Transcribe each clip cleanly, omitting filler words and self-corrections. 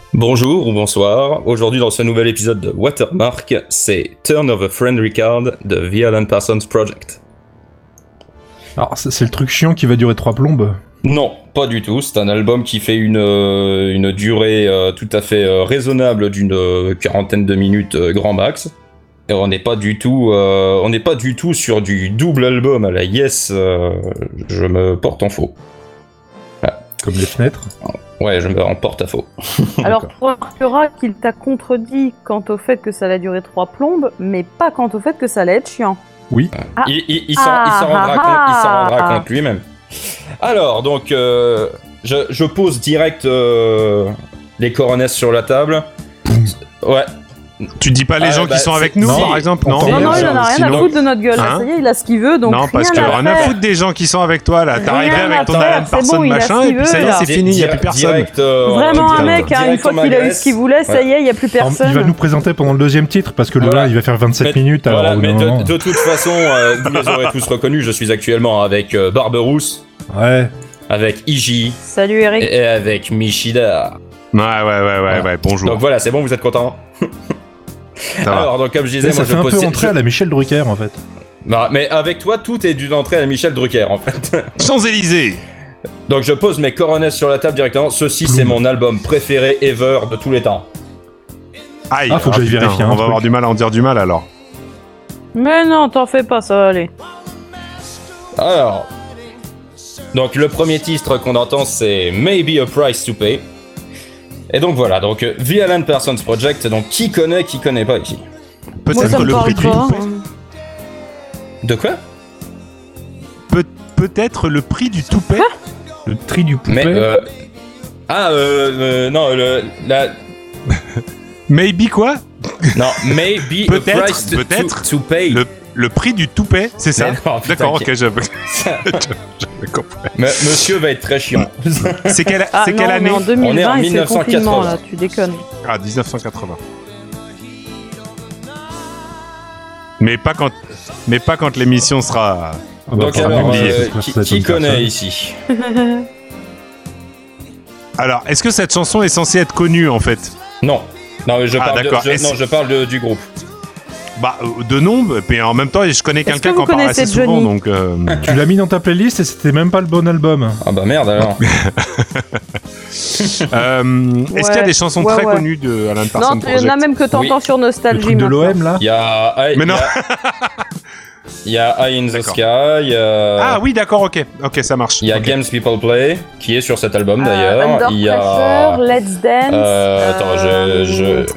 Bonjour ou bonsoir, aujourd'hui dans ce nouvel épisode de Watermark, c'est Turn of a Friendly Card de The Alan Parsons Project. Alors c'est le truc chiant qui va durer 3 plombes. Non, pas du tout, c'est un album qui fait une durée tout à fait raisonnable d'une quarantaine de minutes grand max. Et on n'est pas du tout sur du double album à la Yes, je me porte en faux. Voilà. Comme les fenêtres. Ouais, je me en porte à faux. Alors, tu remarqueras qu'il t'a contredit quant au fait que ça allait durer 3 plombes, mais pas quant au fait que ça allait être chiant. Oui. Ah. Il s'en rendra compte lui-même. Alors, donc, je pose direct les coronesses sur la table. Ouais. Tu dis pas les gens qui sont avec nous, par exemple? Non, il en a rien à foutre de notre gueule. Ça y est, il a ce qu'il veut, donc non, parce que rien à foutre des gens qui sont avec toi, là. T'es arrivé avec ton Alan Parsons machin, et puis ça y est, c'est fini, il y a plus personne. Vraiment un mec, une fois qu'il a eu ce qu'il voulait, ça y est, il y a plus personne. Il va nous présenter pendant le deuxième titre, parce que le 1, il va faire 27 minutes. Voilà, mais de toute façon, vous les aurez tous reconnus, je suis actuellement avec Barberousse. Ouais. Avec Iji. Salut Eric. Et avec Michida. Ouais, bonjour. Donc voilà, c'est bon, vous êtes contents? Alors, donc comme je disais, ça fait un peu entrer à la Michel Drucker en fait. Bah, mais avec toi, tout est d'une entrée à la Michel Drucker en fait. Champs-Élysées. Donc je pose mes coronesses sur la table directement. Ceci, c'est mon album préféré ever de tous les temps. Aïe, faut que j'aille vérifier. On va avoir du mal à en dire du mal alors. Mais non, t'en fais pas, ça va aller. Alors, donc le premier titre qu'on entend, c'est Maybe a Price to Pay. Et donc voilà, donc The Alan Parsons Project, donc qui connaît pas ici? Peut-être le prix du toupet. De quoi? Peut-être le prix du toupet. Le tri du poupée. Mais non, la... Maybe quoi? Non, maybe a price to pay. Le prix du toupet, c'est ça? Non, d'accord, ok, j'avais compris. Monsieur va être très chiant. C'est quelle année? En 2020, on est en c'est 1980. là, tu déconnes. Ah, 1980. Mais pas quand l'émission sera... Donc alors, qui connaît ici? Alors, est-ce que cette chanson est censée être connue en fait? Non, mais je parle du groupe. Bah, de nom, et en même temps, je connais quelqu'un qui en parle assez souvent, donc... Tu l'as mis dans ta playlist et c'était même pas le bon album. Ah bah merde alors. Est-ce qu'il y a des chansons très connues de Alan Parsons Project? Non, il y en a même que t'entends sur Nostalgie. Le truc de l'OM là. Il y a... Mais non. Il y a Eye in the Sky. Ah oui, d'accord, ok, ça marche. Il y a Games People Play, qui est sur cet album d'ailleurs. Il y a Let's Dance. Attends,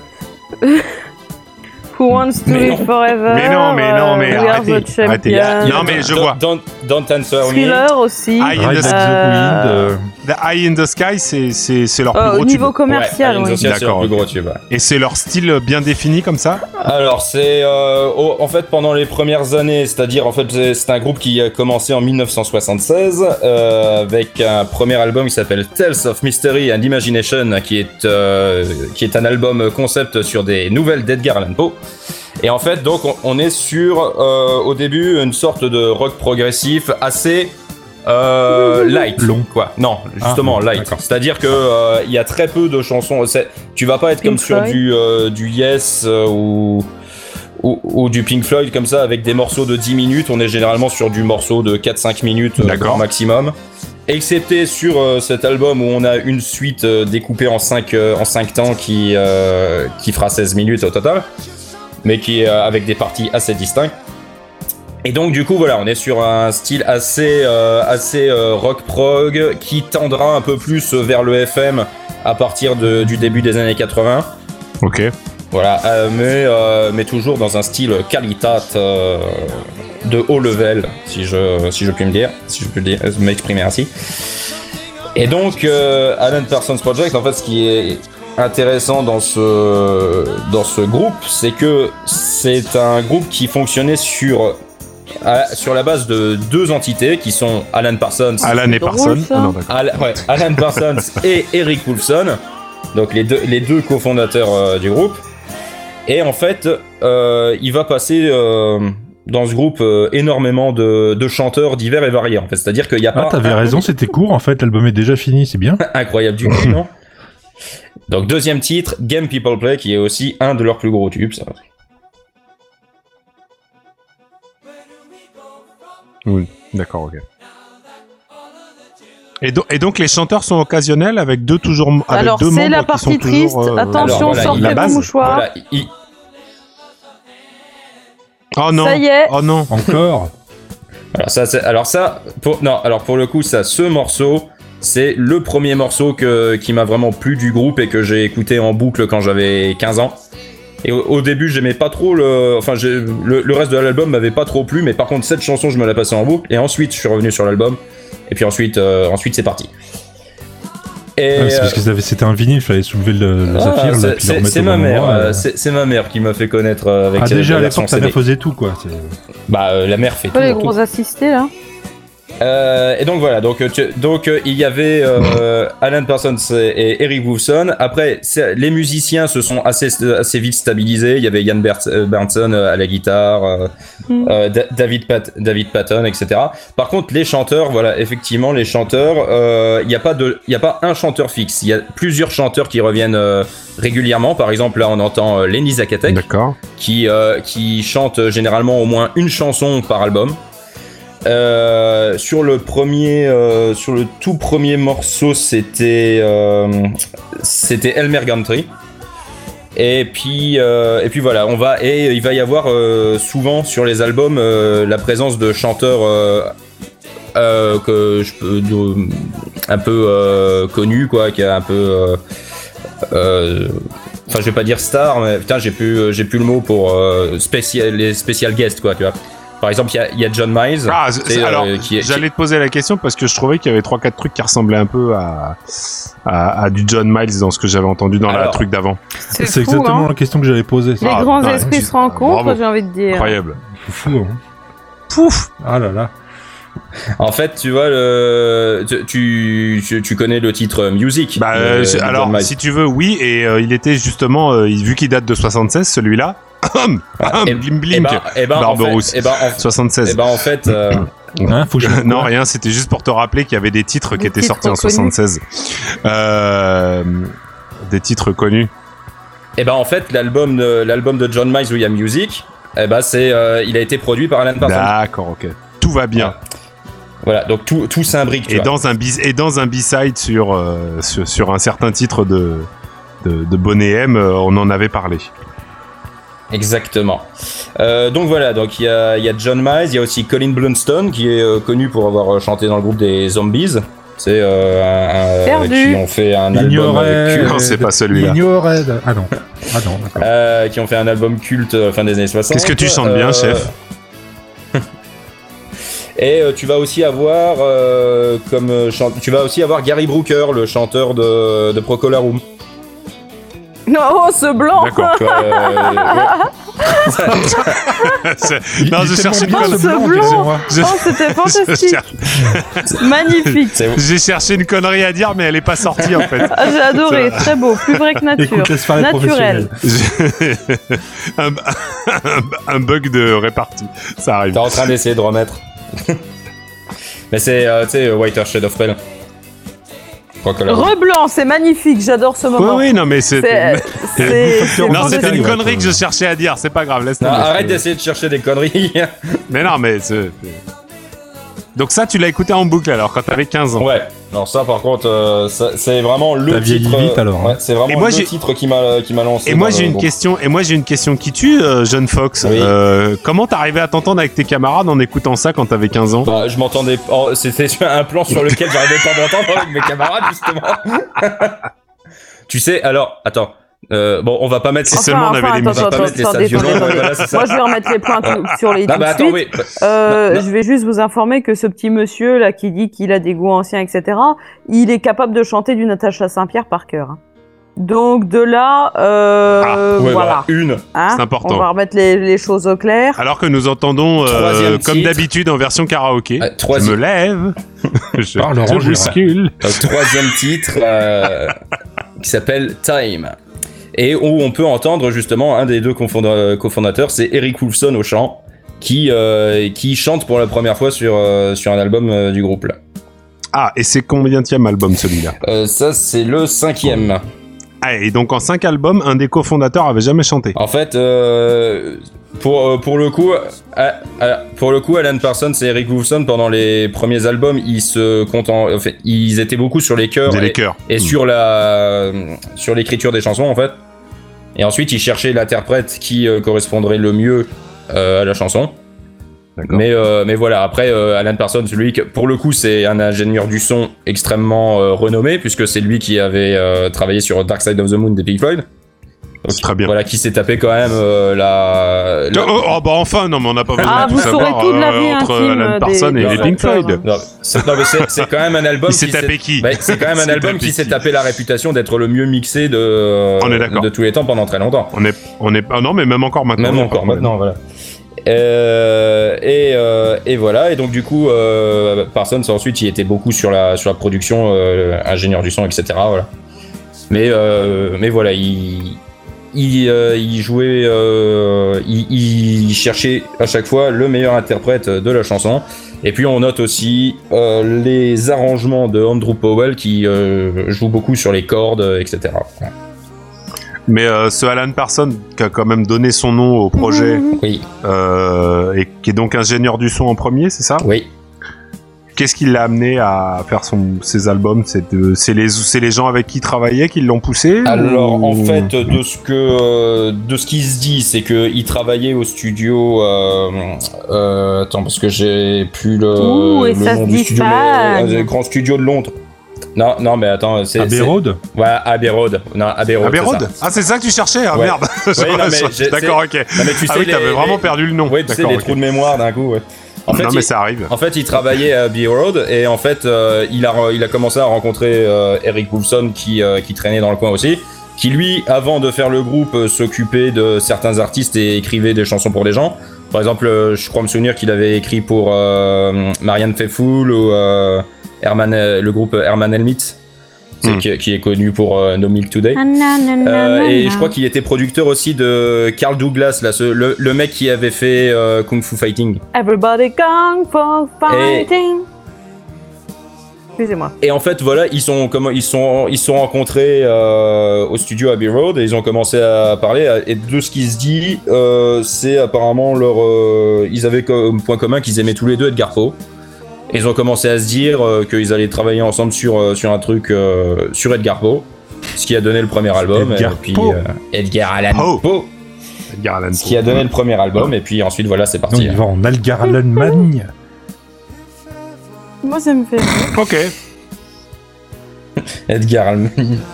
Who Wants to Live Forever. Mais non, mais arrêtez. Non, mais je vois. Don't Answer Me. Thriller aussi. The Eye in the Sky, c'est leur plus gros tube. Au niveau commercial, oui. D'accord, plus gros tube. Et c'est leur style bien défini comme ça? Alors, c'est en fait pendant les premières années, c'est-à-dire en fait c'est un groupe qui a commencé en 1976 avec un premier album qui s'appelle Tales of Mystery and Imagination, qui est un album concept sur des nouvelles d'Edgar Allan Poe. Et en fait, donc, on est sur, au début, une sorte de rock progressif assez light. Long. Quoi. Non, justement, light. D'accord. C'est-à-dire que y a très peu de chansons. Tu vas pas être comme sur du Yes ou du Pink Floyd, comme ça, avec des morceaux de 10 minutes. On est généralement sur du morceau de 4-5 minutes grand maximum. Excepté sur cet album où on a une suite découpée en 5 temps qui fera 16 minutes au total, mais qui est avec des parties assez distinctes. Et donc du coup voilà, on est sur un style assez rock prog qui tendra un peu plus vers le FM à partir du début des années 80. Ok. Voilà, mais toujours dans un style qualitat de haut level, si je puis m'exprimer ainsi. Et donc Alan Parsons Project, en fait, ce qui est intéressant dans ce groupe, c'est que c'est un groupe qui fonctionnait sur la base de deux entités qui sont Alan Parsons. Alan et Parsons. Alan Parsons et Eric Woolfson, donc les deux cofondateurs du groupe. Et en fait, il va passer dans ce groupe énormément de chanteurs divers et variés. En fait, c'est-à-dire qu'il y a pas. Ah, t'avais raison, c'était court. En fait, l'album est déjà fini, c'est bien. Incroyable du coup, non? Donc deuxième titre, Game People Play, qui est aussi un de leurs plus gros tubes. Ça. Oui, d'accord, ok. Et donc les chanteurs sont occasionnels avec deux membres c'est la partie triste. Attention, sortez vos mouchoirs. Voilà, Oh non. Ça y est. Oh non. Encore. Pour le coup, ce morceau, c'est le premier morceau qui m'a vraiment plu du groupe et que j'ai écouté en boucle quand j'avais 15 ans. Et au début, j'aimais pas trop le reste de l'album m'avait pas trop plu, mais par contre cette chanson, je me la passais en boucle. Et ensuite, je suis revenu sur l'album. Et puis ensuite c'est parti. Et c'est parce que c'était un vinyle, il fallait soulever le saphir. C'est ma mère, c'est ma mère qui m'a fait connaître avec. Déjà à l'époque, ta mère faisait tout quoi. La mère fait tout. Les gros assistés là. Et donc voilà, donc il y avait Alan Parsons et Eric Woolfson. Après, les musiciens se sont assez vite stabilisés. Il y avait Ian Berndtson à la guitare, David Patton, etc. Par contre, les chanteurs, voilà, effectivement, les chanteurs, il y a pas un chanteur fixe. Il y a plusieurs chanteurs qui reviennent régulièrement. Par exemple, là, on entend Lenny Zakatek, qui chante généralement au moins une chanson par album. Sur le tout premier morceau, c'était Elmer Gantry. Et puis voilà, il va y avoir souvent sur les albums la présence de chanteurs que je peux un peu connus quoi, qui a un peu je vais pas dire star, mais putain j'ai plus le mot pour les special guests quoi, tu vois. Par exemple, il y a John Miles. J'allais te poser la question parce que je trouvais qu'il y avait 3-4 trucs qui ressemblaient un peu à du John Miles dans ce que j'avais entendu dans la truc d'avant. C'est exactement la question que j'avais posée. Les grands esprits se rencontrent, j'ai envie de dire. Incroyable. C'est fou, hein. Pouf. Ah là là. En fait, tu vois, tu connais le titre Music. Alors, si tu veux, oui, et il était justement, vu qu'il date de 76, celui-là. Blim Blim. Barberousse. 76. En fait. Non, rien, c'était juste pour te rappeler qu'il y avait des titres qui étaient sortis en 76. Des titres connus. En fait, l'album de John Miles où il y a Music, il a été produit par Alan Parsons. D'accord, ok. Tout va bien. Voilà, donc tout s'imbrique. Et dans un B-side sur un certain titre de Boney M, on en avait parlé. Exactement. Donc voilà, donc il y a John Miles, il y a aussi Colin Blunstone qui est connu pour avoir chanté dans le groupe des Zombies. C'est qui ont fait un album culte. Non, c'est pas celui-là. Ah non, d'accord. Qui ont fait un album culte fin des années 60. Qu'est-ce que tu chantes bien, chef? Et tu vas aussi avoir Gary Brooker, le chanteur de Procol Harum. Oh, ce blanc. D'accord. Non, je cherche une connerie. Oh, c'était fantastique. Magnifique. J'ai cherché une connerie à dire, mais elle est pas sortie en fait. J'ai adoré, très beau, plus vrai que nature. Écoute, laisse faire les naturel. Un bug de répartie, ça arrive. T'es en train d'essayer de remettre. Mais c'est, tu sais, Whiter Shade of Pale. Reblanc, c'est magnifique, j'adore ce moment. Oui, non, mais c'est non, c'était une connerie que je cherchais à dire, c'est pas grave, laisse tomber. Arrête d'essayer de chercher des conneries. Mais non, mais donc ça, tu l'as écouté en boucle alors, quand t'avais 15 ans. Ouais. Alors ça, par contre, c'est vraiment le titre. Vite, alors. Ouais, c'est vraiment le titre qui m'a lancé. Et moi, j'ai une question qui tue, jeune Fox. Oui. Comment t'arrivais à t'entendre avec tes camarades en écoutant ça quand t'avais 15 ans? Je m'entendais. C'était un plan sur lequel j'arrivais pas à m'entendre avec mes camarades justement. Tu sais, alors, attends. On va pas mettre. Si seulement on avait les musiques. Attendez. Moi, je vais remettre les points sur les. Je vais juste vous informer que ce petit monsieur là qui dit qu'il a des goûts anciens, etc. Il est capable de chanter du Natacha Saint-Pierre par cœur. Donc de là, voilà. C'est important. On va remettre les choses au clair. Alors que nous entendons, comme d'habitude, en version karaoké. Je me lève. Je bouscule. Troisième titre qui s'appelle Time. Et où on peut entendre justement un des deux cofondateurs, c'est Eric Woolfson au chant, qui chante pour la première fois sur un album du groupe là. Ah, et c'est combienième album celui-là? Ça c'est le 5e. Ah, et donc en 5 albums, un des cofondateurs avait jamais chanté. En fait, pour le coup, Alan Parsons et Eric Woolfson, pendant les premiers albums, ils étaient beaucoup sur les chœurs et sur l'écriture des chansons en fait. Et ensuite, ils cherchaient l'interprète qui correspondrait le mieux à la chanson. Mais voilà, après Alan Parsons, lui, pour le coup, c'est un ingénieur du son extrêmement renommé, puisque c'est lui qui avait travaillé sur Dark Side of the Moon des Pink Floyd. Donc, très bien. Voilà, qui s'est tapé quand même bah enfin, non, mais on n'a pas besoin de tout savoir entre Alan Parsons et les Pink Floyd. C'est quand même un album. Il s'est tapé qui c'est quand même un album qui s'est tapé la réputation d'être le mieux mixé de tous les temps pendant très longtemps. Non, mais même encore maintenant. Même encore maintenant, voilà. Et voilà, et donc du coup Parsons ensuite il était beaucoup sur la production, ingénieur du son, etc. Voilà. Mais voilà, il jouait, il cherchait à chaque fois le meilleur interprète de la chanson. Et puis on note aussi les arrangements de Andrew Powell qui joue beaucoup sur les cordes, etc. Mais ce Alan Parsons qui a quand même donné son nom au projet, oui. Et qui est donc ingénieur du son en premier, c'est ça ? Oui. Qu'est-ce qui l'a amené à faire ses albums ? C'est les gens avec qui il travaillait qui l'ont poussé ? Alors en fait, de ce qui se dit, c'est que il travaillait au studio. Attends, parce que j'ai plus le nom du studio, mais un grand studio de Londres. Non, mais attends, c'est Abbey Road ? Ouais, Abbey Road. Non, Abbey Road. Ah, c'est ça que tu cherchais ? Ah, ouais. Merde. Ouais, non, mais d'accord, ok. Non, mais tu sais, t'avais vraiment perdu le nom. Oui, tu sais, les trous de mémoire d'un coup, ouais. En fait, mais ça arrive. En fait, il travaillait à Abbey Road et en fait, il a commencé à rencontrer Eric Woolfson qui traînait dans le coin aussi, qui lui, avant de faire le groupe, s'occupait de certains artistes et écrivait des chansons pour des gens. Par exemple, je crois me souvenir qu'il avait écrit pour Marianne Faithfull ou le groupe Herman Helmut. Qui est connu pour No Milk Today. Et je crois qu'il était producteur aussi de Carl Douglas, là, le mec qui avait fait Kung Fu Fighting. Everybody Kung Fu Fighting. Excusez-moi. Et en fait, voilà, ils sont rencontrés au studio Abbey Road et ils ont commencé à parler. Et de ce qui se dit, c'est apparemment ils avaient comme point commun qu'ils aimaient tous les deux Edgar Poe. Ils ont commencé à se dire qu'ils allaient travailler ensemble sur un truc sur Edgar Poe, ce qui a donné le premier album. Edgar Allan Poe. Ce qui a donné le premier album, et puis ensuite voilà, c'est parti. Non, il va en Edgar Allan Magne. Moi, ça me fait rire. Ok. Edgar Allan.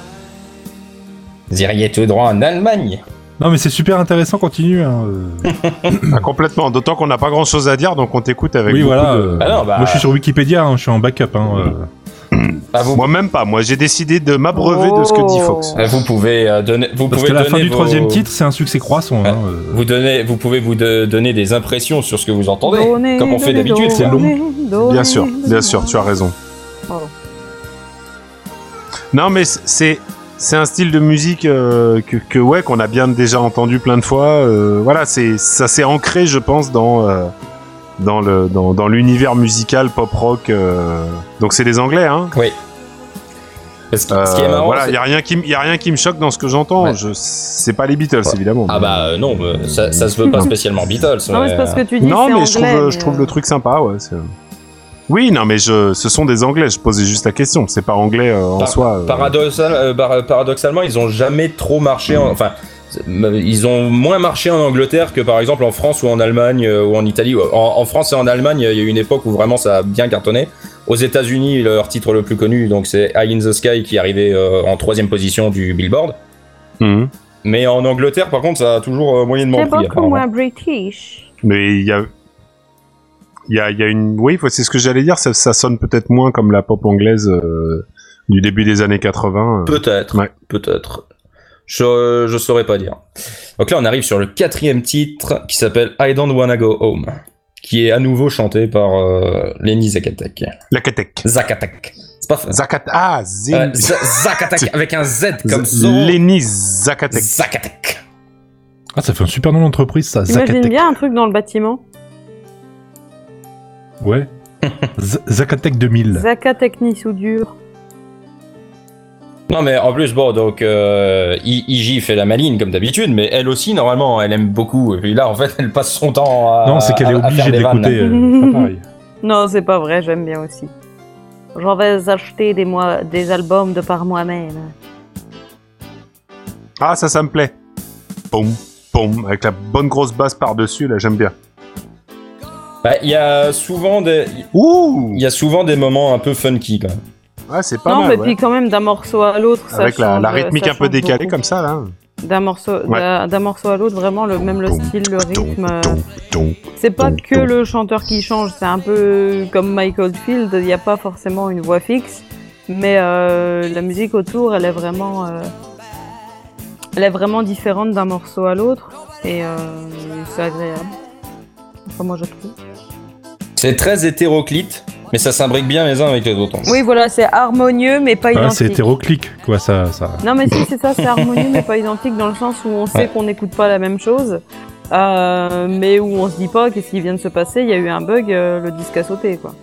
Vous iriez tout droit en Allemagne. Non, mais c'est super intéressant, continue. Hein. Complètement, d'autant qu'on n'a pas grand chose à dire, donc on t'écoute avec oui, beaucoup voilà. Moi, je suis sur Wikipédia, hein, je suis en backup. Hein, Moi même pas, moi j'ai décidé de m'abreuver de ce que dit Fox. Vous pouvez donner. Parce que la fin du troisième titre, c'est un succès croissant. Hein, Vous pouvez vous donner des impressions sur ce que vous entendez, comme on fait d'habitude. C'est long. Bien sûr, tu as raison. Pardon. Non, mais c'est un style de musique qu'on a bien déjà entendu plein de fois. Voilà, ça s'est ancré, je pense, dans l'univers musical pop rock. Donc c'est des Anglais, hein. Oui. Ce qui est marrant, voilà, il y a rien qui me choque dans ce que j'entends. Ouais. C'est pas les Beatles, évidemment. Ah bah non, ça se veut pas spécialement Beatles. Non, mais c'est parce que tu dis. Non, mais je trouve le truc sympa, ouais. Oui, non, mais ce sont des Anglais. Je posais juste la question. C'est pas anglais en soi. Paradoxalement, ils ont jamais trop marché. Enfin, ils ont moins marché en Angleterre que par exemple en France ou en Allemagne ou en Italie. En France et en Allemagne, il y a eu une époque où vraiment ça a bien cartonné. Aux États-Unis, leur titre le plus connu, donc c'est Eye in the Sky, qui est arrivé en 3e position du Billboard. Mm-hmm. Mais en Angleterre, par contre, ça a toujours moyennement pris. C'est beaucoup moins British. Mais il y a une... Oui, c'est ce que j'allais dire, ça sonne peut-être moins comme la pop anglaise du début des années 80. Peut-être, ouais. Peut-être. Je saurais pas dire. Donc là, on arrive sur le 4e titre qui s'appelle I Don't Wanna Go Home, qui est à nouveau chanté par Lenny Zakatek. Zakatek. C'est pas Zakatek avec un Z comme ça. Lenny Zakatek. Zakatek. Ah, ça fait un super nom d'entreprise, ça. Zakatek. Imagine bien un truc dans le bâtiment. Ouais. Zacatec 2000. Zacatec ni soudure. Non mais en plus donc Iji fait la maline comme d'habitude, mais elle aussi normalement elle aime beaucoup et puis là en fait elle passe son temps à non c'est qu'elle est obligée d'écouter pas pareil. Non c'est pas vrai, j'aime bien aussi. J'en vais acheter des albums de par moi-même. Ah ça me plaît. Poum poum avec la bonne grosse basse par dessus là j'aime bien. Bah il y a souvent des moments un peu funky quand même. Ouais, c'est pas mal. Non, mais puis quand même, d'un morceau à l'autre, avec ça la rythmique un peu décalée beaucoup. comme ça, là. D'un morceau à l'autre, vraiment, même le style, le rythme. C'est pas que le chanteur qui change, c'est un peu comme Mike Oldfield, il n'y a pas forcément une voix fixe, mais la musique autour, elle est vraiment différente d'un morceau à l'autre, et c'est agréable. Enfin, moi, je trouve. C'est très hétéroclite. Mais ça s'imbrique bien les uns avec les autres. Oui, voilà, c'est harmonieux, mais pas identique. C'est hétéroclite, quoi, ça. Non, mais si, c'est ça, c'est harmonieux, mais pas identique, dans le sens où on sait qu'on n'écoute pas la même chose, mais où on se dit pas qu'est-ce qui vient de se passer, il y a eu un bug, le disque a sauté, quoi.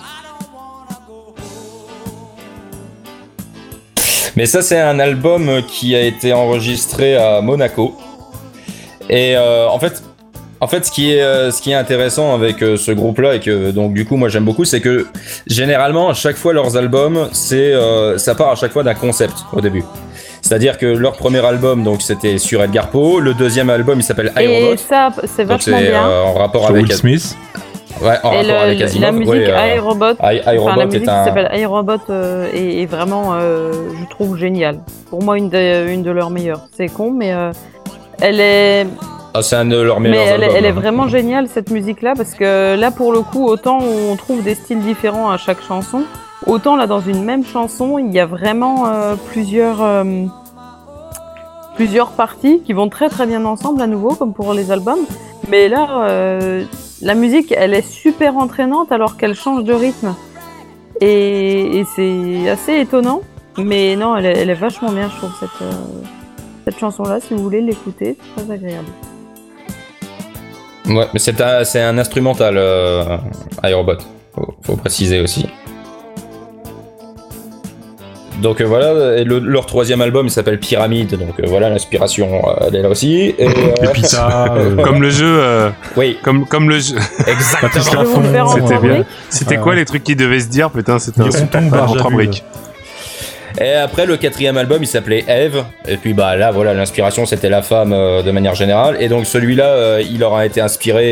Mais ça, c'est un album qui a été enregistré à Monaco. Et en fait, ce qui est intéressant avec ce groupe-là et que donc du coup moi j'aime beaucoup, c'est que généralement à chaque fois leurs albums, ça part à chaque fois d'un concept au début. C'est-à-dire que leur premier album donc c'était sur Edgar Poe, le deuxième album il s'appelle iRobot. Et ça c'est vachement bien. En rapport sur avec Will Smith. Ouais, en rapport avec Asimov. La musique iRobot, la musique qui s'appelle iRobot est vraiment, je trouve géniale. Pour moi une de leurs meilleures. C'est con, mais elle est. C'est un de leurs meilleurs albums. Mais elle est vraiment géniale cette musique-là parce que là pour le coup autant on trouve des styles différents à chaque chanson, autant là dans une même chanson il y a vraiment plusieurs parties qui vont très très bien ensemble à nouveau comme pour les albums. Mais là la musique elle est super entraînante alors qu'elle change de rythme et c'est assez étonnant. Mais non elle est vachement bien je trouve cette chanson-là si vous voulez l'écouter c'est très agréable. Ouais, mais c'est un instrumental, iRobot, faut préciser aussi. Donc voilà, et leur troisième album il s'appelle Pyramide, donc voilà l'inspiration elle est là aussi. Et pizza, comme le jeu. Oui. Comme le jeu. Exactement. C'était bien. C'était quoi les trucs qu'ils devaient se dire? Putain, c'était un super en briques. Et après le quatrième album il s'appelait Eve et puis bah là voilà l'inspiration c'était la femme de manière générale et donc celui-là il leur a été inspiré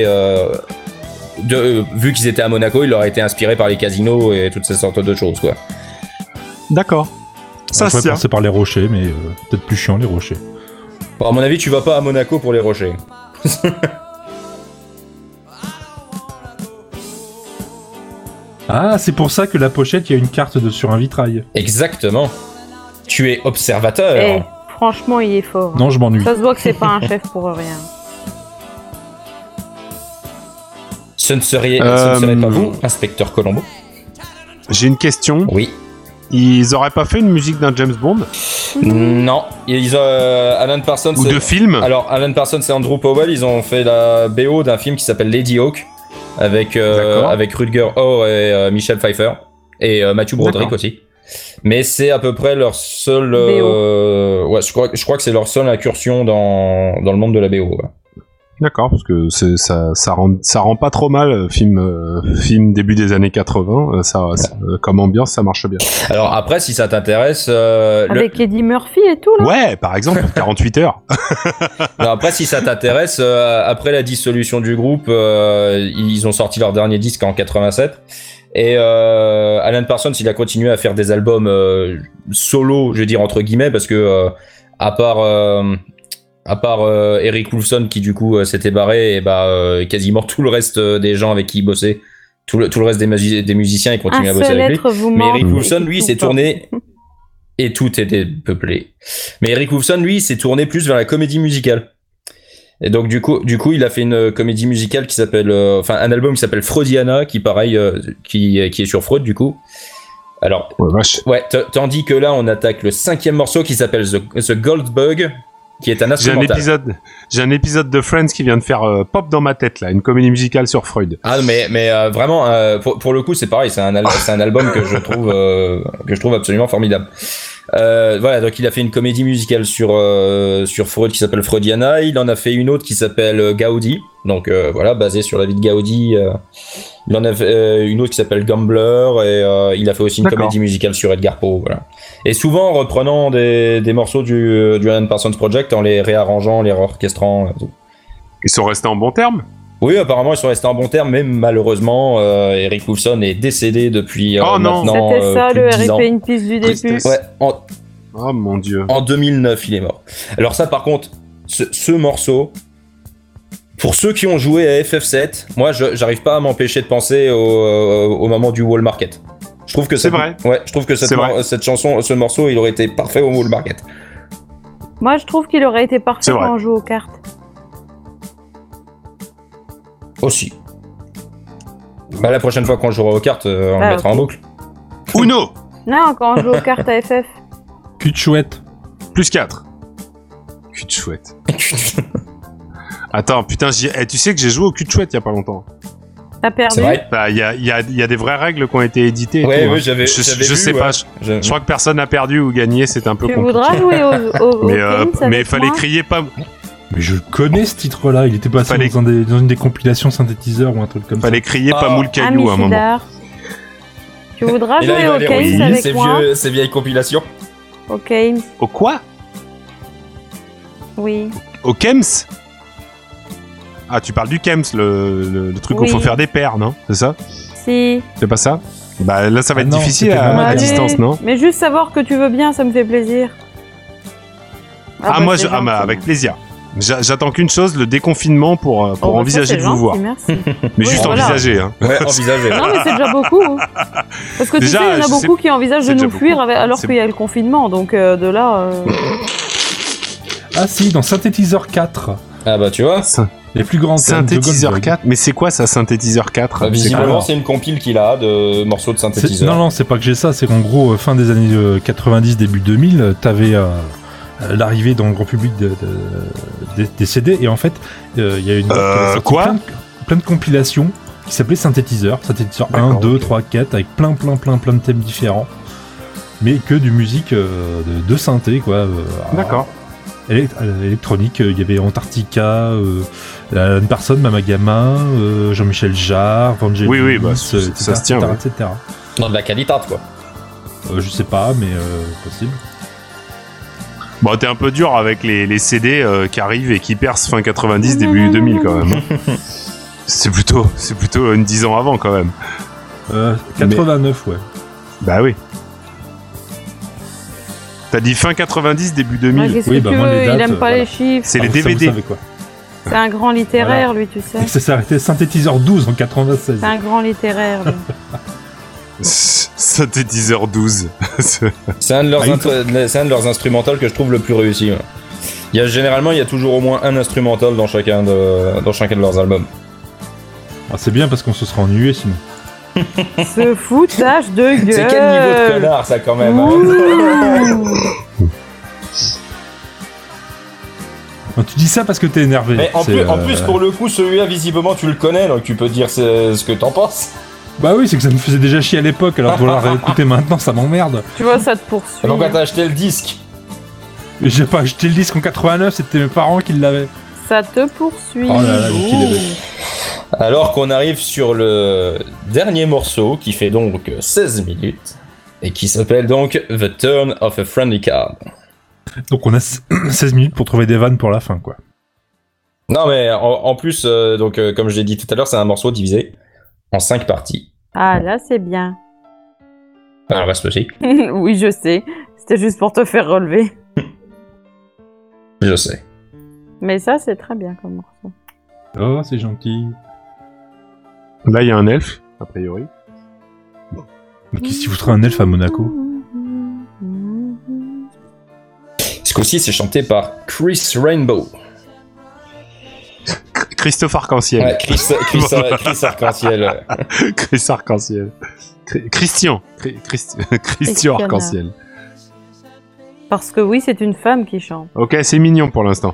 vu qu'ils étaient à Monaco il leur a été inspiré par les casinos et toutes ces sortes de choses quoi. D'accord. Ça se passer par les rochers mais peut-être plus chiant les rochers. Bon, à mon avis tu vas pas à Monaco pour les rochers. Ah, c'est pour ça que la pochette, il y a une carte sur un vitrail. Exactement. Tu es observateur. Et franchement, il est fort. Non, je m'ennuie. Ça se voit que c'est pas un chef pour rien. Ce ne serait pas vous, inspecteur Colombo? J'ai une question. Oui. Ils auraient pas fait une musique d'un James Bond? Non. Alan Parsons... Ou de film? Alors, Alan Parsons et Andrew Powell, ils ont fait la BO d'un film qui s'appelle Lady Hawk. Avec Rutger Hauer et Michelle Pfeiffer et Matthew Broderick aussi. Mais c'est à peu près leur seule ouais, je crois que c'est leur seule incursion dans le monde de la BO. Ouais. D'accord, parce que ça rend pas trop mal film début des années 80, comme ambiance ça marche bien. Alors après si ça t'intéresse avec Eddie Murphy et tout là. Ouais, par exemple 48 heures. Non, après si ça t'intéresse après la dissolution du groupe, ils ont sorti leur dernier disque en 87 et Alan Parsons, il a continué à faire des albums solo, je veux dire entre guillemets parce que à part Eric Woolfson qui du coup s'était barré et quasiment tout le reste des gens avec qui il bossait, tout le reste des musiciens ils continuent à bosser avec lui. Mais Eric Woolfson lui s'est tourné et tout était peuplé. Mais Eric Woolfson lui s'est tourné plus vers la comédie musicale. Et donc du coup il a fait une comédie musicale qui s'appelle un album qui s'appelle Freudiana qui pareil qui est sur Freud du coup. Alors ouais, tandis que là on attaque le 5e morceau qui s'appelle The Gold Bug qui est un instrumental. J'ai un épisode de Friends qui vient de faire pop dans ma tête là, une comédie musicale sur Freud. Ah mais vraiment pour le coup c'est pareil, c'est un album que je trouve absolument formidable. Voilà, donc il a fait une comédie musicale sur Freud qui s'appelle Freudiana. Il en a fait une autre qui s'appelle Gaudi. Donc voilà, basée sur la vie de Gaudi. Il en a fait une autre qui s'appelle Gambler et il a fait aussi une comédie musicale sur Edgar Poe. Voilà. Et souvent en reprenant des morceaux du Alan Parsons Project, en les réarrangeant, les réorchestrant. Tout. Ils sont restés en bons termes? Oui, apparemment ils sont restés en bons termes, mais malheureusement Eric Woolfson est décédé depuis maintenant c'était ça plus le de 10 ans. RIP in Peace du début. Ouais, oh mon dieu. En 2009 il est mort. Alors ça par contre, ce morceau, pour ceux qui ont joué à FF7, moi j'arrive pas à m'empêcher de penser au moment du Wall Market. Je trouve que c'est vrai. Ouais, je trouve que cette chanson, ce morceau, il aurait été parfait au Wall Market. Moi je trouve qu'il aurait été parfait quand on joue aux cartes. Aussi. Bah, la prochaine fois qu'on jouera aux cartes, on le mettra en boucle. Uno. Non, quand on joue aux cartes à FF. Cul de chouette. Plus 4. Cul de chouette. Attends, putain, tu sais que j'ai joué au cul de chouette il y a pas longtemps. T'as perdu? C'est vrai. Bah, il y a des vraies règles qui ont été éditées. Ouais, tout, ouais, j'avais je sais pas. Je crois que personne n'a perdu ou gagné, c'est un peu compliqué. Tu voudras jouer au games mais fallait crier pas. Mais je connais ce titre-là, il était passé dans une des compilations synthétiseurs ou un truc comme ça. Fallait crier pas moule caillou à un moment. Tu voudras jouer au games avec moi? Ces vieilles compilations. Au games. Au quoi? Oui. Au Kems? Ah, tu parles du Kems, le truc où il faut faire des paires, non? C'est ça? Si. C'est pas ça? Bah là, ça va être difficile à distance, non? Mais juste savoir que tu veux bien, ça me fait plaisir. Moi, avec plaisir. J'attends qu'une chose, le déconfinement pour envisager de vous voir. Merci. Mais juste envisager. Hein. Ouais, envisager. Non, mais c'est déjà beaucoup. Hein. Parce que déjà, tu sais, il y en a beaucoup qui envisagent de nous fuir alors qu'il y a le confinement. Donc de là... Ah si, dans Synthétiseur 4. Ah bah tu vois. Les plus grands Synthétiseur 4. Mais c'est quoi ça, Synthétiseur 4? Visiblement, c'est une compile qu'il a de morceaux de synthétiseur. Non, c'est pas que j'ai ça. C'est qu'en gros, fin des années 90, début 2000, t'avais... l'arrivée dans le grand public des CD, et en fait il y a une plein de compilations qui s'appelait Synthétiseur 1, 2, 3, 4 avec plein de thèmes différents, mais que du musique de synthé quoi. D'accord. Électronique, il y avait Antarctica, Alan Parsons, Mama Gamma, Jean-Michel Jarre, Vangelis, oui, bah, ça se tient, etc. Dans de la qualité quoi. Je sais pas, mais possible. Bon, t'es un peu dur avec les CD qui arrivent et qui percent fin 90, début 2000 quand même. C'est plutôt 10 ans avant quand même. 89, ouais. Bah oui. T'as dit fin 90, début 2000. Qu'est-ce que tu veux, il aime pas les chiffres. C'est les DVD. C'est un grand littéraire, lui, tu sais. Ça s'est arrêté Synthétiseur 12 en 96. C'est un grand littéraire, lui. Synthétiseur 12. C'est un de leurs instrumentales que je trouve le plus réussi. Généralement, il y a toujours au moins un instrumental dans chacun de leurs albums. Ah, c'est bien parce qu'on se sera ennuyé sinon. Ce foutage de gueule. C'est quel niveau de connard ça quand même Tu dis ça parce que t'es énervé. Mais en plus, pour le coup, celui-là, visiblement, tu le connais, donc tu peux dire ce que t'en penses. Bah oui, c'est que ça me faisait déjà chier à l'époque, alors de vouloir réécouter maintenant, ça m'emmerde. Tu vois, ça te poursuit. Donc quand t'as acheté le disque. Mais j'ai pas acheté le disque en 89, c'était mes parents qui l'avaient. Ça te poursuit. Oh là là, alors qu'on arrive sur le dernier morceau, qui fait donc 16 minutes, et qui s'appelle donc The Turn of a Friendly Card. Donc on a 16 minutes pour trouver des vannes pour la fin, quoi. Non mais en plus, comme je l'ai dit tout à l'heure, c'est un morceau divisé en 5 parties. Ah là c'est bien. Alors on va se loger. Oui je sais, c'était juste pour te faire relever. Je sais. Mais ça c'est très bien comme morceau. Oh c'est gentil. Là il y a un elfe, a priori. Mais qu'est-ce qui foutrait un elfe à Monaco? Ce coup-ci c'est chanté par Chris Rainbow. Christophe Arc-en-Ciel. Ouais, Chris Arc-en-Ciel. Chris Arc-en-Ciel. Christian Arc-en-Ciel. Parce que oui, c'est une femme qui chante. Ok, c'est mignon pour l'instant.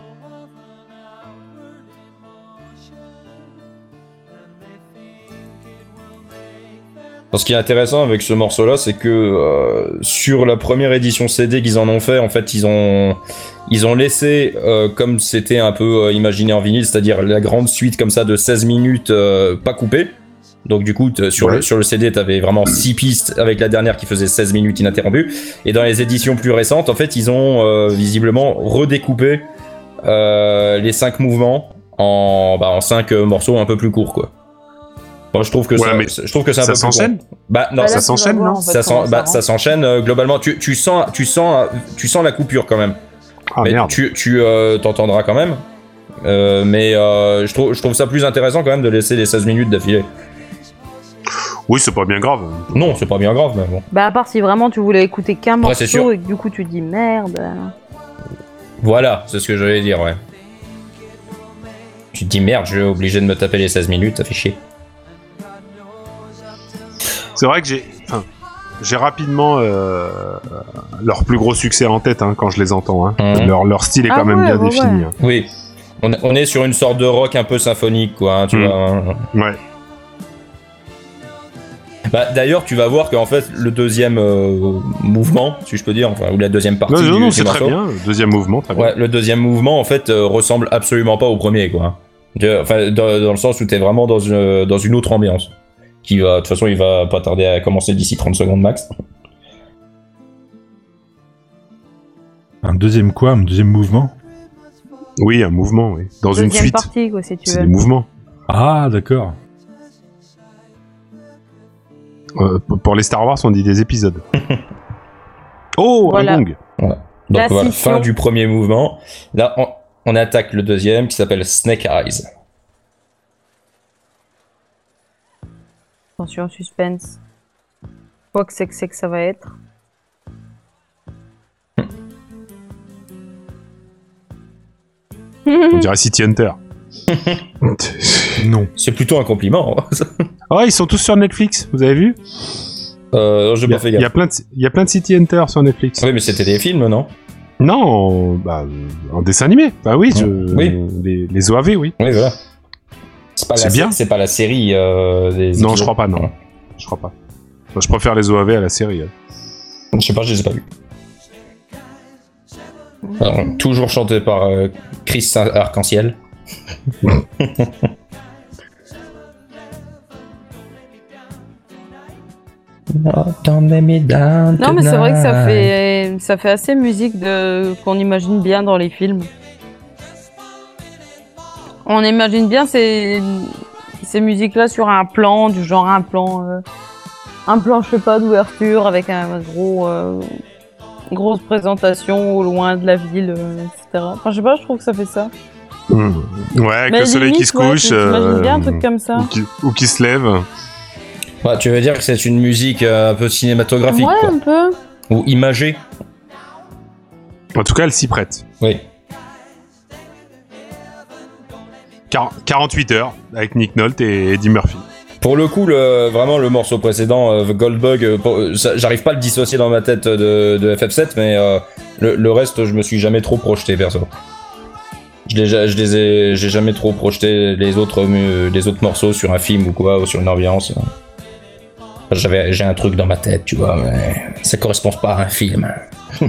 Ce qui est intéressant avec ce morceau-là, c'est que sur la première édition CD qu'ils en ont fait, en fait, ils ont laissé, comme c'était un peu imaginé en vinyle, c'est-à-dire la grande suite comme ça de 16 minutes pas coupée. Donc du coup, sur le CD, t'avais vraiment 6 pistes avec la dernière qui faisait 16 minutes ininterrompues. Et dans les éditions plus récentes, en fait, ils ont visiblement redécoupé les 5 mouvements en 5 morceaux un peu plus courts, quoi. Moi, je trouve que c'est un peu plus s'enchaîne. Non, ça s'enchaîne, non. Ça s'enchaîne globalement. Tu sens la coupure quand même. Ah, mais merde. tu t'entendras quand même. Mais je trouve ça plus intéressant quand même de laisser les 16 minutes d'affilée. Oui, c'est pas bien grave. Non, c'est pas bien grave, mais bon. Bah, à part si vraiment tu voulais écouter qu'un morceau sûr. et que du coup tu te dis merde. Voilà, c'est ce que j'allais dire, ouais. Tu te dis merde, je vais obligé de me taper les 16 minutes, ça fait chier. C'est vrai que j'ai rapidement leur plus gros succès en tête quand je les entends. Leur style est quand même bien défini. Oui, on est sur une sorte de rock un peu symphonique, quoi. Tu vois. Ouais. Bah, d'ailleurs, tu vas voir qu'en fait, le deuxième mouvement, si je peux dire, ou la deuxième partie du morceau, c'est très bien. Le deuxième mouvement, très bien. Ouais, le deuxième mouvement, en fait, ressemble absolument pas au premier, quoi. Enfin, dans le sens où t'es vraiment dans une autre ambiance. De toute façon, il va pas tarder à commencer d'ici 30 secondes max. Un deuxième mouvement? Oui, un mouvement, oui. Dans une suite. Partie, quoi, si tu veux. C'est des mouvements. Ah, d'accord. Pour les Star Wars, on dit des épisodes. Oh, voilà. un gong. Ouais. Donc voilà, fin du premier mouvement. Là, on attaque le deuxième qui s'appelle Snake Eyes. Attention, suspense. Quoi que c'est que ça va être. On dirait City Hunter. Non. C'est plutôt un compliment. Ils sont tous sur Netflix, vous avez vu? J'ai pas fait gaffe. Il y a plein de City Hunter sur Netflix. Oui, mais c'était des films, non? Non, en dessin animé. Bah oui, les OAV, oui. Oui, voilà. C'est bien. C'est pas la série des... Non, je crois pas, non. Je crois pas. Moi, je préfère les OAV à la série. Je sais pas, je les ai pas vus. Alors, toujours chanté par Chris Arc-en-Ciel. Non, mais c'est vrai que ça fait assez musique qu'on imagine bien dans les films. On imagine bien ces musiques-là sur un plan, du genre un plan, je sais pas, d'ouverture avec un grosse présentation au loin de la ville, etc. Enfin, je sais pas, je trouve que ça fait ça. Ouais, que le soleil qui se couche. T'imagines bien un truc comme ça. Ou qui se lève. Ouais, tu veux dire que c'est une musique un peu cinématographique, ouais, quoi. Un peu. Ou imagée. En tout cas, elle s'y prête. Oui. 48 heures avec Nick Nolte et Eddie Murphy. Pour le coup, vraiment le morceau précédent, Goldbug, j'arrive pas à le dissocier dans ma tête de FF7, mais le reste, je me suis jamais trop projeté perso. J'ai jamais trop projeté les autres morceaux sur un film ou quoi, ou sur une ambiance. J'ai un truc dans ma tête, tu vois, mais ça correspond pas à un film. C'est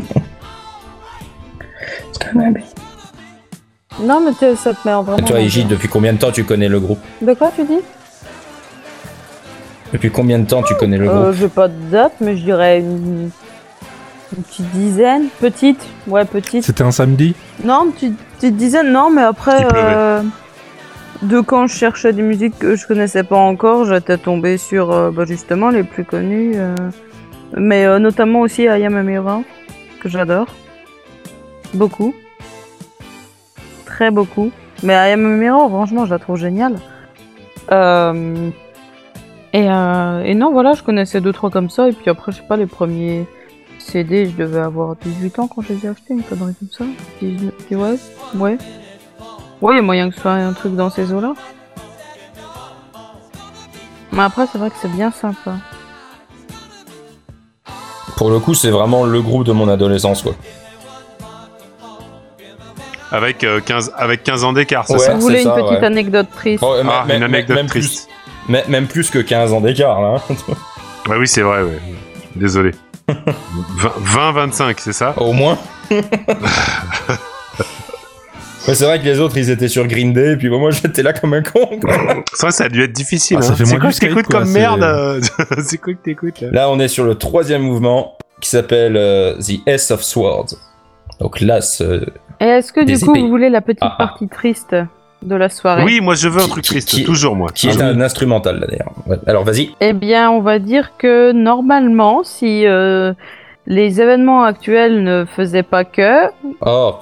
quand même. Non, mais ça te met en vraiment. Et toi, Égide, depuis combien de temps tu connais le groupe? De quoi tu dis? Depuis combien de temps tu connais le groupe? J'ai pas de date, mais je dirais une petite dizaine. Petite. C'était un samedi? Non, une petite dizaine, non, mais après, de quand je cherchais des musiques que je connaissais pas encore, j'étais tombée sur justement les plus connus. Mais notamment aussi I Am a Mirror, que j'adore. Beaucoup. Très beaucoup. Mais I Am a Mirror, franchement, je la trouve géniale. Et non, voilà, je connaissais 2-3 comme ça. Et puis après, je sais pas, les premiers CD, je devais avoir 18 ans quand je les ai achetés, une connerie comme ça. 19, ouais. Ouais, il y a moyen que ce soit un truc dans ces eaux-là. Mais après, c'est vrai que c'est bien sympa. Pour le coup, c'est vraiment le groupe de mon adolescence, quoi. Avec 15 ans d'écart, c'est ouais, ça? Vous voulez une petite anecdote triste? Une anecdote triste. Même plus que 15 ans d'écart, là. Ouais, oui, c'est vrai, ouais. Désolé. 20-25, c'est ça? Au moins. Ouais, c'est vrai que les autres, ils étaient sur Green Day, et puis moi, j'étais là comme un con. Ça a dû être difficile. Ça fait c'est quoi que Skype, t'écoutes comme merde? C'est quoi que t'écoutes là? Là, on est sur le 3e mouvement, qui s'appelle The Ace of Swords. Donc l'as. Et est-ce que du coup, vous voulez la petite partie triste de la soirée? Oui, moi je veux un truc triste, toujours moi. Qui est un instrumental là d'ailleurs. Ouais. Alors vas-y. Eh bien, on va dire que normalement, si les événements actuels ne faisaient pas que... Oh,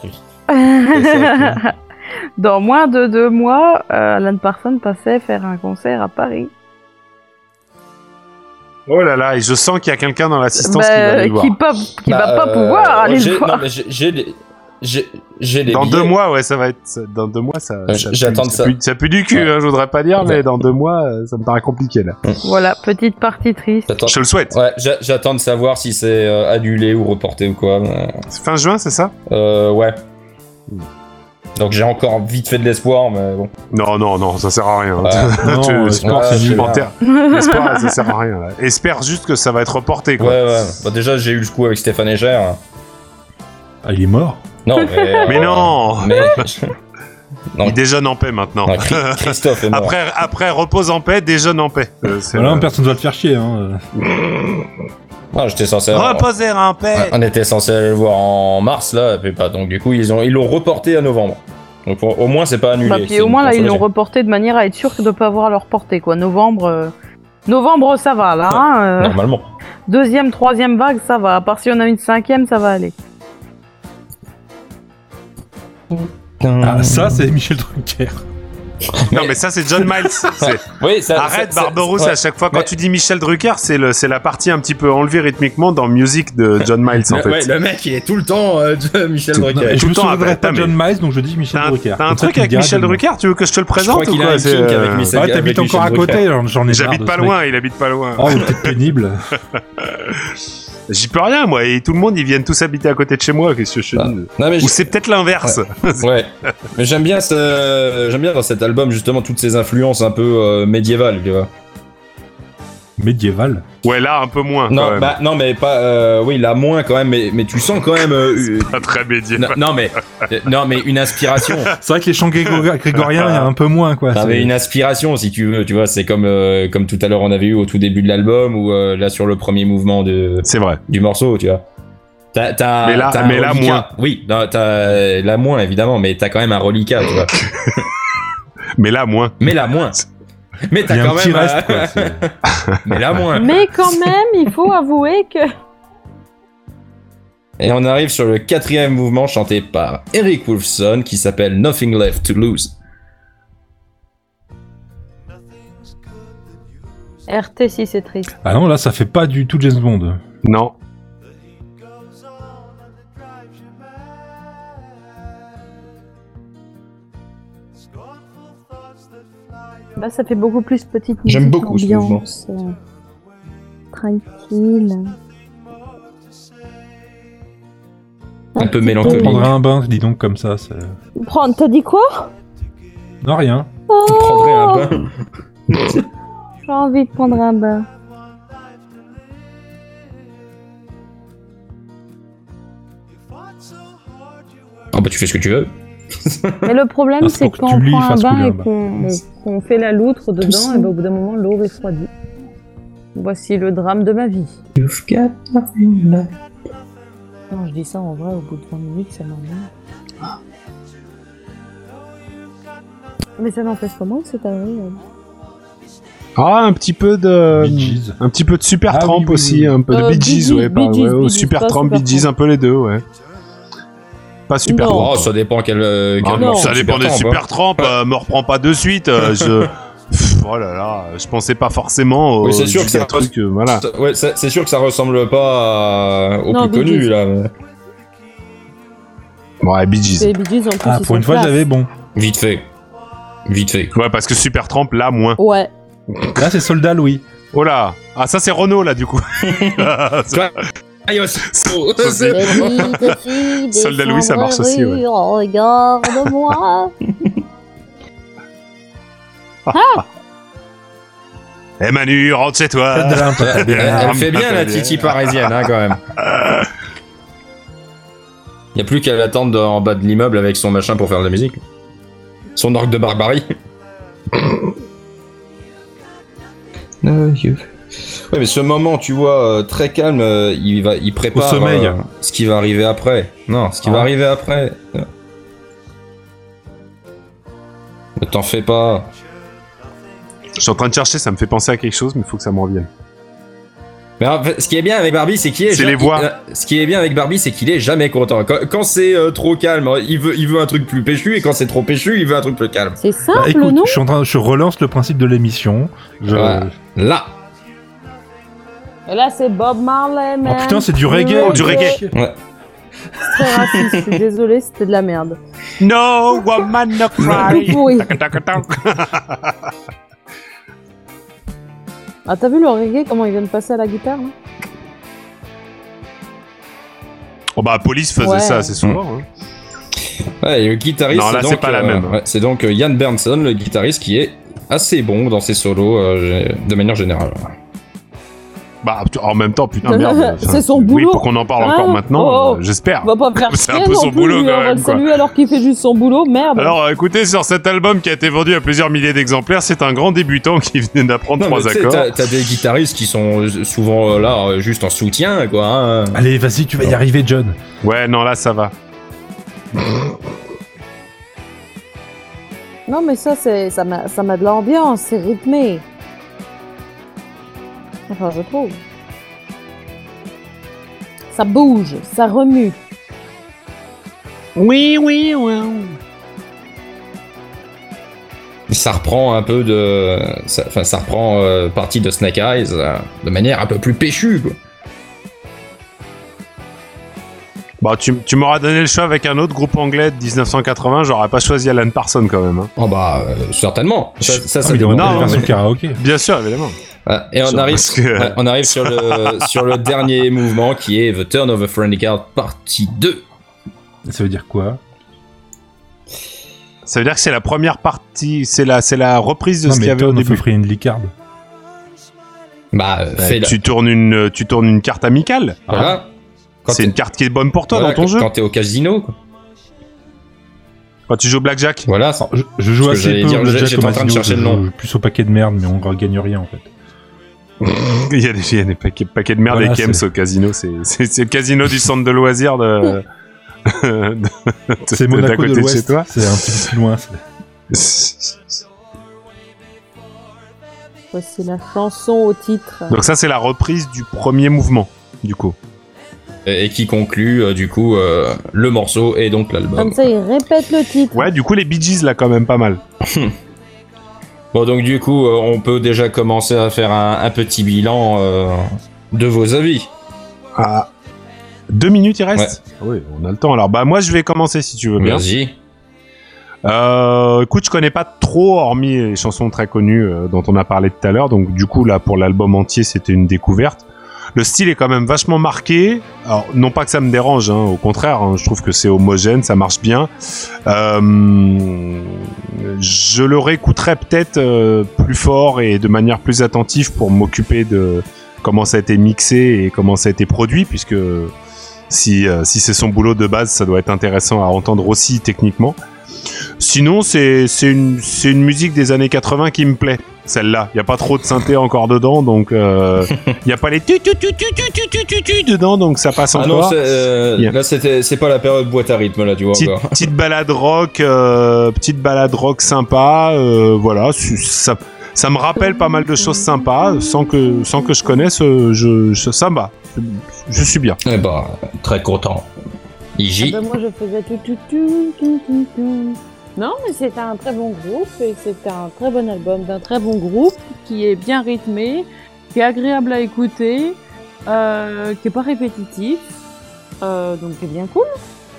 dans moins de 2 mois, Alan Parsons passait faire un concert à Paris. Oh là là, et je sens qu'il y a quelqu'un dans l'assistance qui va aller voir. Qui va pas pouvoir aller le voir. Non, mais j'ai les dans billets. 2 mois, ouais, ça va être... Dans 2 mois, ça... J'attends ça. Ça pue du cul, je voudrais pas dire, mais dans 2 mois, ça me paraît compliqué, là. Voilà, petite partie triste. Je te le souhaite. Ouais, j'attends de savoir si c'est annulé ou reporté ou quoi. C'est fin juin, c'est ça? Ouais. Donc j'ai encore vite fait de l'espoir, mais bon. Non, ça sert à rien. L'espoir, c'est supplémentaire. L'espoir, ça sert à rien. Là. Espère juste que ça va être reporté, quoi. Ouais. Bah, déjà, j'ai eu le coup avec Stéphane Eger. Ah, il est mort? Non, mais... mais non. Non. Il déjeune en paix, maintenant. Non, Christophe est mort. Après, repose en paix, déjeune en paix. Voilà, personne ne doit te faire chier, hein. Non, j'étais censé... Reposer en paix. On était censé aller le voir en mars, là, et pas. Donc du coup, ils l'ont reporté à novembre. Donc au moins, c'est pas annulé. Bah, puis au moins, là, ils l'ont reporté de manière à être sûr de ne pas avoir à le reporter, quoi. Novembre, ça va, là. Hein, normalement. 2e, 3e vague, ça va. À part si on a une 5e, ça va aller. Ah, ça, c'est Michel Drucker. Non, mais ça, c'est John Miles. Oui, ça, arrête, Barberousse, à chaque fois, quand tu dis Michel Drucker, c'est la partie un petit peu enlevée rythmiquement dans Music de John Miles, en fait. Ouais, le mec, il est tout le temps Michel Drucker. Je me souviendrai pas de John Miles, donc je dis Michel Drucker. T'as un truc avec Michel Drucker? Tu veux que je te le présente? Je crois qu'il a un kink avec Michel Drucker. T'habites encore à côté, j'en ai. J'habite pas loin, il habite pas loin. Oh, peut-être pénible. J'y peux rien, moi, et tout le monde, ils viennent tous habiter à côté de chez moi, qu'est-ce que je dis? Ou c'est peut-être l'inverse. Ouais. Mais j'aime bien dans cet album, justement, toutes ces influences un peu médiévales, tu vois. Médiévales? Ouais, là, un peu moins. Non, non, mais pas. Oui, là, moins quand même, mais tu sens quand même. C'est pas très médiéval. Non, mais une inspiration. C'est vrai que les chants grégoriens, il y a un peu moins, quoi. T'avais une inspiration, si tu veux, tu vois, c'est comme tout à l'heure, on avait eu au tout début de l'album, ou là, sur le premier mouvement c'est vrai. Du morceau, tu vois. Mais là, moins. Oui, t'as là, moins, évidemment, mais t'as quand même un reliquat, tu vois. Mais là, moins. Mais t'as quand même... reste, quoi, mais là, moins. Mais quand même, il faut avouer que... Et on arrive sur le 4e mouvement chanté par Eric Woolfson qui s'appelle Nothing Left to Lose. RT si c'est triste. Ah non, là, ça fait pas du tout James Bond. Non. Bah, ça fait beaucoup plus petite musique. J'aime beaucoup ce mouvement. Tranquille. Un peu mélancolique. On prendrait un bain, dis donc, comme ça. T'as dit quoi? Non, rien. Oh, On prendrait un bain. j'ai envie de prendre un bain. Ah bah tu fais ce que tu veux. Mais le problème, c'est que quand on prend un bain et qu'on fait la loutre dedans, et ben, au bout d'un moment, l'eau refroidit. Voici le drame de ma vie. You've got nothing left. Non, je dis ça en vrai, au bout de 20 minutes, ça m'emmerde. Mais ça n'empêche pas moi que c'est agréable. Ah, un petit peu de Super Tramp aussi, un peu de Bee Gees, ouais, Super Tramp, Bee Gees, un peu les deux, ouais. Pas Super Tramp. Oh, ça dépend quel ça dépend des Super Tramp, me reprends pas de suite, oh là là, je pensais pas forcément au... Oui, c'est sûr que ça... truc, voilà. Ouais, c'est sûr que ça ressemble pas au plus connu, là. Ouais, Bee Gees. Ah, pour une fois, j'avais bon. Vite fait. Ouais, parce que Super Tramp, là, moins. Ouais. Là, c'est Soldat Louis. Oh là. Ah, ça, c'est Renault, là, du coup. Soldat Louis, ça marche aussi, ouais. Regarde-moi. Manu, rentre chez toi. Elle fait bien la Titi parisienne, hein, quand même. Y a plus qu'à l'attendre en bas de l'immeuble avec son machin pour faire de la musique. Son orgue de barbarie. Ouais, mais ce moment, tu vois, très calme, il prépare au sommeil. Ce qui va arriver après. Non, ce qui va arriver après. Ne t'en fais pas. Je suis en train de chercher, ça me fait penser à quelque chose, mais il faut que ça me revienne. Mais en fait, ce qui est bien avec Barbie, c'est qu'il est. C'est les voix. Ce qui est bien avec Barbie, c'est qu'il est jamais content. Quand c'est trop calme, il veut un truc plus péchu, et quand c'est trop péchu, il veut un truc plus calme. C'est simple, bah, écoute, non ? Je relance le principe de l'émission. Là. Et là, c'est Bob Marley, man. Oh putain, c'est du reggae. Du reggae. Ouais. C'est très raciste, je suis désolée, c'était de la merde. No woman no cry. Tout pourri. Ah, t'as vu le reggae, comment il vient de passer à la guitare, là ? Oh bah, Police faisait ça assez souvent. Hein. Ouais, et le guitariste. Non, là, c'est pas la même. Ouais, c'est donc Ian Bernson, le guitariste, qui est assez bon dans ses solos de manière générale. Bah, en même temps, putain, merde. C'est son boulot. Oui, pour qu'on en parle encore maintenant, j'espère. On va pas faire c'est un peu son boulot, quand même. C'est lui alors qu'il fait juste son boulot, merde. Alors, écoutez, sur cet album qui a été vendu à plusieurs milliers d'exemplaires, c'est un grand débutant qui venait d'apprendre 3 accords. T'as des guitaristes qui sont souvent là, juste en soutien, quoi. Hein. Allez, vas-y, tu vas y arriver, John. Ouais, non, là, ça va. Non, mais ça met de l'ambiance, c'est rythmé. Enfin, je trouve. Ça bouge, ça remue. Oui. Ça reprend un peu de... Ça reprend partie de Snake Eyes de manière un peu plus péchue, quoi. Bah, tu m'auras donné le choix avec un autre groupe anglais de 1980, j'aurais pas choisi Alan Parsons quand même. Hein. Oh bah, certainement. Ça dépend de la version karaoké. Bien sûr, évidemment. Et on arrive sur le dernier mouvement qui est The Turn of a Friendly Card partie 2. Ça veut dire quoi ? Ça veut dire que c'est la première partie, c'est la reprise de ce qu'il y avait au début. Turn of a Friendly Card. Bah, tu tournes une carte amicale. Voilà. C'est une carte qui est bonne pour toi dans ton jeu. Quand t'es au casino, quoi. Quand tu joues au blackjack. Voilà. Je joue assez peu au blackjack. J'étais en train de chercher le nom. Plus au paquet de merde, mais on ne gagne rien en fait. Il y a des paquets de merde et Kems au casino. C'est le casino du centre de loisirs de. C'est Monaco de l'Ouest. Chez toi. C'est un petit peu plus loin. Voici la chanson au titre. Donc ça, c'est la reprise du premier mouvement, du coup. Et qui conclut, du coup, le morceau et donc l'album. Comme ça, il répète le titre. Ouais, du coup, les Bee Gees, là, quand même pas mal. Bon, donc du coup, on peut déjà commencer à faire un petit bilan de vos avis. Ah, 2 minutes, il reste ? Ouais. Oui, on a le temps. Alors, bah, moi, je vais commencer, si tu veux bien. Vas-y. Écoute, je connais pas trop, hormis les chansons très connues dont on a parlé tout à l'heure. Donc, du coup, là, pour l'album entier, c'était une découverte. Le style est quand même vachement marqué. Alors, non pas que ça me dérange, hein, au contraire, hein, je trouve que c'est homogène, ça marche bien. Je le réécouterai peut-être plus fort et de manière plus attentive pour m'occuper de comment ça a été mixé et comment ça a été produit, puisque si c'est son boulot de base, ça doit être intéressant à entendre aussi techniquement. Sinon, c'est une musique des années 80 qui me plaît. Celle-là, il y a pas trop de synthé encore dedans, donc il y a pas les tu dedans, donc ça passe encore. Ah non, là c'est pas la période boîte à rythme là, tu vois. Petite balade rock sympa, voilà, ça me rappelle pas mal de choses sympas, sans que je connaisse, ça me va, je suis bien. Eh bah, très content. Iji. Moi je faisais Non, mais c'est un très bon groupe et c'est un très bon album d'un très bon groupe qui est bien rythmé, qui est agréable à écouter, qui est pas répétitif, donc qui est bien cool.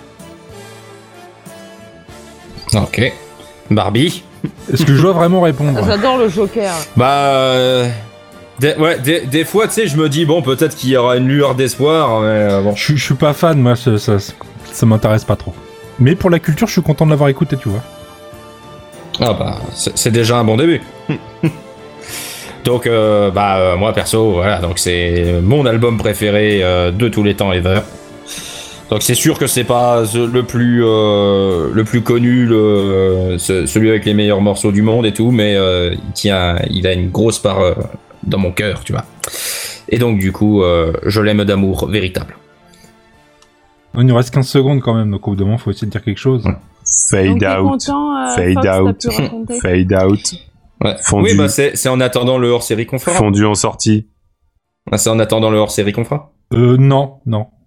Ok. Barbie. Est-ce que je dois vraiment répondre ? J'adore le Joker. Bah, des fois, tu sais, je me dis bon, peut-être qu'il y aura une lueur d'espoir, mais bon. Je suis pas fan, moi, ça m'intéresse pas trop. Mais pour la culture, je suis content de l'avoir écouté, tu vois. Ah bah, c'est déjà un bon début. Donc moi perso, voilà, donc c'est mon album préféré de tous les temps ever. Donc c'est sûr que c'est pas le plus connu, celui avec les meilleurs morceaux du monde et tout, mais il a une grosse part dans mon cœur, tu vois. Et donc du coup, je l'aime d'amour véritable. Il nous reste 15 secondes quand même, donc au bout d'un moment, faut essayer de dire quelque chose. Fade out. Fade out. Ouais. Oui, c'est en attendant le hors-série qu'on fera. Fondu en sortie. C'est en attendant le hors-série qu'on fera. Non.